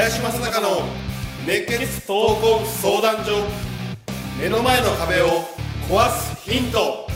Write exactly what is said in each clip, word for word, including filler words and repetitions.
林正孝の熱血闘魂相談所。目の前の壁を壊すヒント。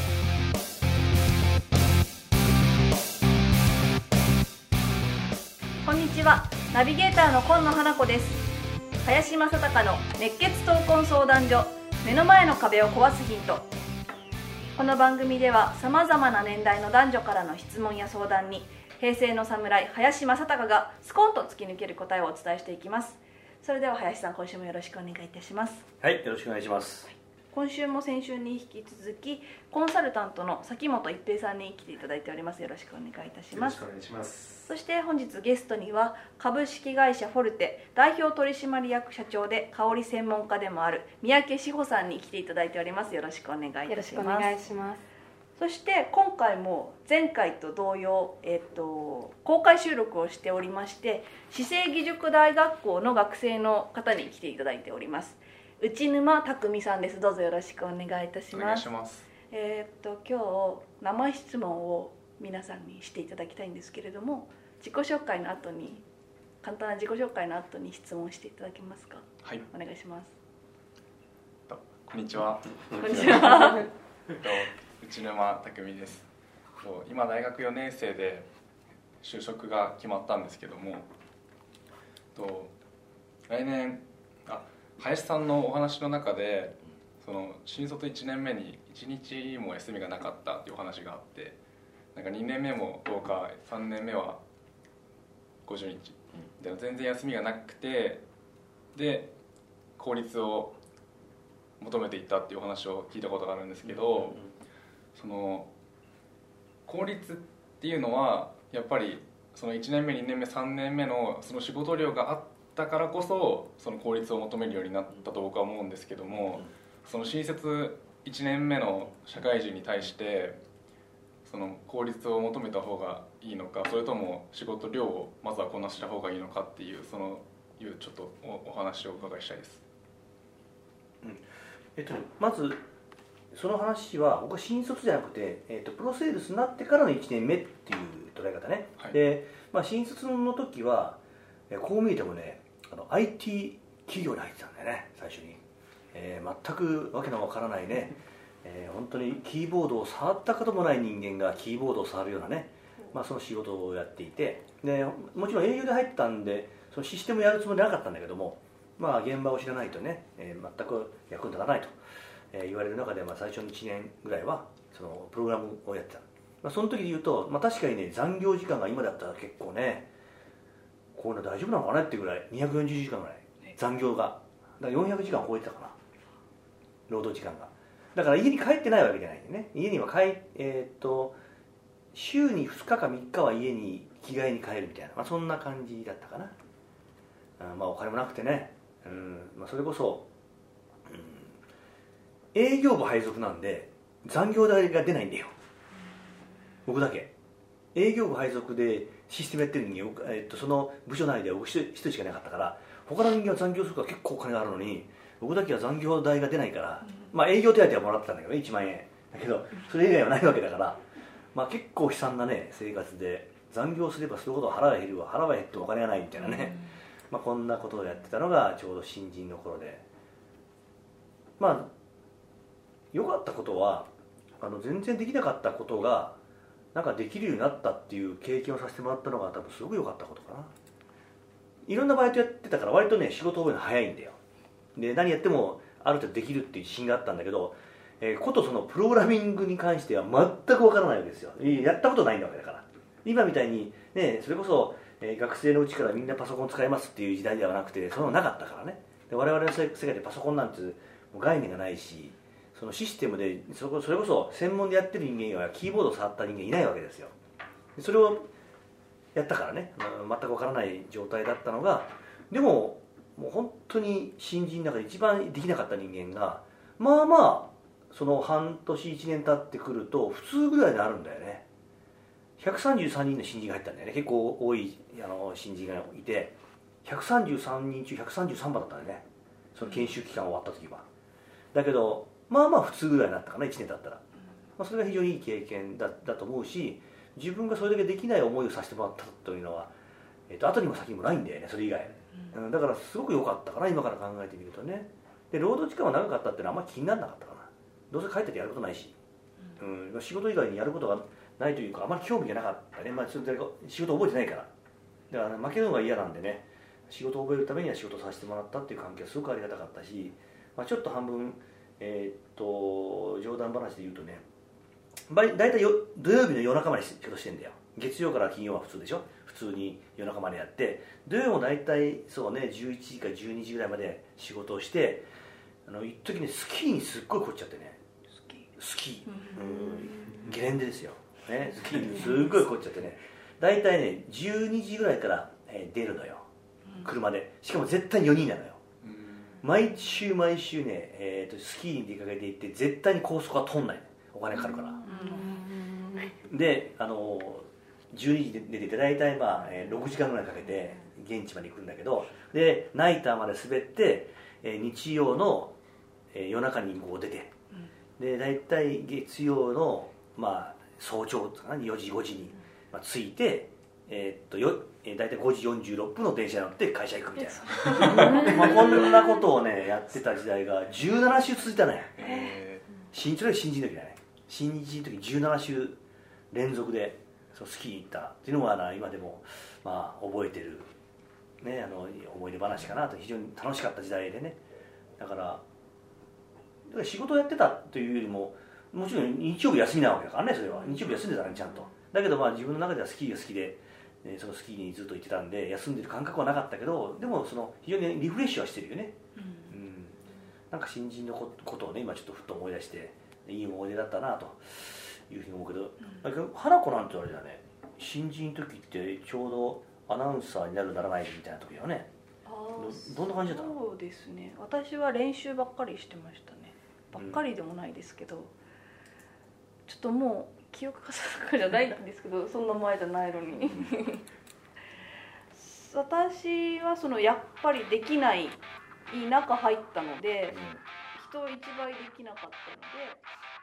こんにちは、ナビゲーターの今野花子です。林正孝の熱血闘魂相談所、目の前の壁を壊すヒント。この番組ではさまざまな年代の男女からの質問や相談に、平成の侍林正孝がスコンと突き抜ける答えをお伝えしていきます。それでは林さん、今週もよろしくお願いいたします。 はい、よろしくお願いします。 今週も先週に引き続きコンサルタントの崎本一平さんに来ていただいております。よろしくお願いいたします。 よろしくお願いします。 そして本日ゲストには株式会社フォルテ代表取締役社長で香り専門家でもある三宅志保さんに来ていただいております。よろしくお願いいたします。 よろしくお願いします。 そして今回も前回と同様、えっと、公開収録をしておりまして、市政義塾大学校の学生の方に来ていただいております。内沼匠さんです。どうぞよろしくお願いいたします。 お願いします。 えっと今日生質問を皆さんにしていただきたいんですけれども、自己紹介の後に簡単な自己紹介の後に質問していただけますか。 はい、 お願いします。 こんにちは。 こんにちは。 内沼匠です。今大学よねん生で就職が決まったんですけども、来年あ林さんのお話の中で、その新卒いちねんめにいちにちも休みがなかったっていうお話があって、なんかにねんめもとおか、さんねんめはごじゅうにちで全然休みがなくて、で効率を求めていったっていうお話を聞いたことがあるんですけど、その効率っていうのはやっぱりそのいちねんめにねんめさんねんめのその仕事量があったからこそ、その効率を求めるようになったと僕は思うんですけども、その新卒いちねんめの社会人に対してその効率を求めた方がいいのか、それとも仕事量をまずはこなした方がいいのかっていう、そのいうちょっと お, お話をお伺いしたいです。 うんえっと、まずその話は僕は新卒じゃなくて、えー、とプロセールスになってからのいちねんめっていう捉え方ね、はい。で、まあ、新卒の時はこう見えてもね、あの アイティー 企業に入ってたんだよね、最初に、えー、全くわけのわからないね、えー、本当にキーボードを触ったこともない人間がキーボードを触るようなね、まあ、その仕事をやっていて、でもちろん営業で入ったんでそのシステムをやるつもりなかったんだけども、まあ、現場を知らないとね、えー、全く役に立たないとえー、言われる中で、まあ、最初のいちねんぐらいはそのプログラムをやってた、まあ、その時で言うと、まあ、確かにね残業時間が今だったら結構ね、こういうの大丈夫なのかなっていうぐらいにひゃくよんじゅうじかんぐらい残業がだからよんひゃくじかん超えてたかな、労働時間が。だから家に帰ってないわけじゃないんでね、家には帰えー、っと週にふつかかみっかは家に着替えに帰るみたいな、まあ、そんな感じだったかな。あまあお金もなくてね、うんまあ、それこそ営業部配属なんで残業代が出ないんだよ、僕だけ。営業部配属でシステムやってる人間、えっと、その部署内では僕一人しかいなかったから、他の人間は残業するから結構お金があるのに、僕だけは残業代が出ないから、まあ営業手当はもらってたんだけどね、いちまんえんだけど、それ以外はないわけだから、まあ、結構悲惨なね生活で、残業すればするほど腹が減るわ、腹が減ってもお金がないみたいなね、まあ、こんなことをやってたのがちょうど新人の頃で、まあ良かったことは、あの全然できなかったことがなんかできるようになったっていう経験をさせてもらったのが多分すごく良かったことかな。いろんなバイトやってたから割とね仕事覚えの早いんだよ。で何やってもある程度できるっていう自信があったんだけど、えー、ことそのプログラミングに関しては全く分からないわけですよ。やったことないわけだから。今みたいにね、それこそ、えー、学生のうちからみんなパソコン使いますっていう時代ではなくて、そんなのなかったからね。で我々の世界でパソコンなんてもう概念がないし、そのシステムでそれこそ専門でやってる人間以外はキーボードを触った人間いないわけですよ。それをやったからね、全く分からない状態だったのが、でももう本当に新人の中で一番できなかった人間が、まあまあその半年いちねん経ってくると普通ぐらいになるんだよね。ひゃくさんじゅうさんにんの新人が入ったんだよね。結構多いあの新人がいて、ひゃくさんじゅうさんにん中ひゃくさんじゅうさんばんだったんだよね、その研修期間終わった時は。だけどまあまあ普通ぐらいになったかな、いちねん経ったら。まあ、それが非常にいい経験 だ, だと思うし、自分がそれだけできない思いをさせてもらったというのは、えー、と後にも先にもないんだよね、それ以外。 うん、だからすごく良かったかな、今から考えてみるとね。で労働時間は長かったっていうのはあんまり気にならなかったかな。どうせ帰っててやることないし、うん、仕事以外にやることがないというか、あまり興味がなかったね。まあ、それで仕事覚えてないから。だから、ね、負けるのが嫌なんでね、仕事を覚えるためには仕事をさせてもらったっていう関係はすごくありがたかったし、まあ、ちょっと半分、えー、っと冗談話で言うとね、だいたい土曜日の夜中まで仕事してんだよ。月曜から金曜は普通でしょ。普通に夜中までやって、土曜もだいたいそうねじゅういちじかじゅうにじぐらいまで仕事をして、あの一時ねスキーにすっごい凝っちゃってね。スキースキー、うん、ゲレンデですよ、ね、スキーにすっごい凝っちゃってね、だいたいねじゅうにじぐらいから、えー、出るのよ、車で。しかも絶対よにんなのよ。毎週毎週ね、えー、とスキーに出かけていって、絶対に高速は通んない、ね、お金かかるから。で、あのじゅうにじで出て大体、まあえー、ろくじかんぐらいかけて現地まで行くんだけど、でナイターまで滑って、えー、日曜の、えー、夜中にこう出て、で大体月曜の、まあ、早朝かなよじごじに、まあ、着いて、えー、っとよえー、大体ごじよんじゅうろっぷんの電車に乗って会社行くみたいなまあこんなことをねやってた時代がじゅうなな週続いたね。新それ新人の時だね。新人の時じゅうなな週連続でそうスキーに行ったっていうのは今でも、まあ、覚えてる、ね、あの思い出話かなと。非常に楽しかった時代でね。だから、だから仕事をやってたというよりも、もちろん日曜日休みなわけだからね。それは日曜日休んでたねちゃんと。だけどまあ自分の中ではスキーが好きで、そのスキーにずっと行ってたんで休んでる感覚はなかったけど、でもその非常にリフレッシュはしてるよね、うんうん、なんか新人のことをね今ちょっとふっと思い出していい思い出だったなというふうに思うけど、うん、だけど花子なんてあれだね、新人の時ってちょうどアナウンサーになるならないみたいな時だよね。 あど, どんな感じだったの？ そうですね、私は練習ばっかりしてましたね。ばっかりでもないですけど、うん、ちょっともう記憶が定かじゃないんですけどそんな前じゃないのに私はそのやっぱりできない中入ったので、人一倍できなかったので、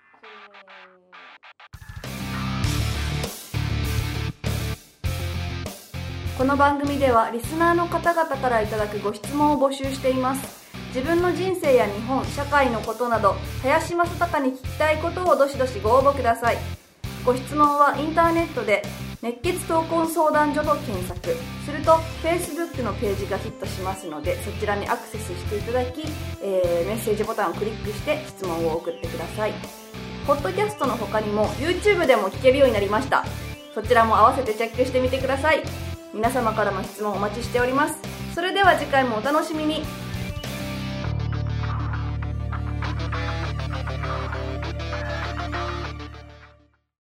そのこの番組ではリスナーの方々からいただくご質問を募集しています。自分の人生や日本、社会のことなど林正孝に聞きたいことをどしどしご応募ください。ご質問はインターネットで熱血闘魂相談所と検索すると Facebook のページがヒットしますので、そちらにアクセスしていただき、えー、メッセージボタンをクリックして質問を送ってください。ポッドキャストの他にも YouTube でも聞けるようになりました。そちらも合わせてチェックしてみてください。皆様からの質問お待ちしております。それでは次回もお楽しみに。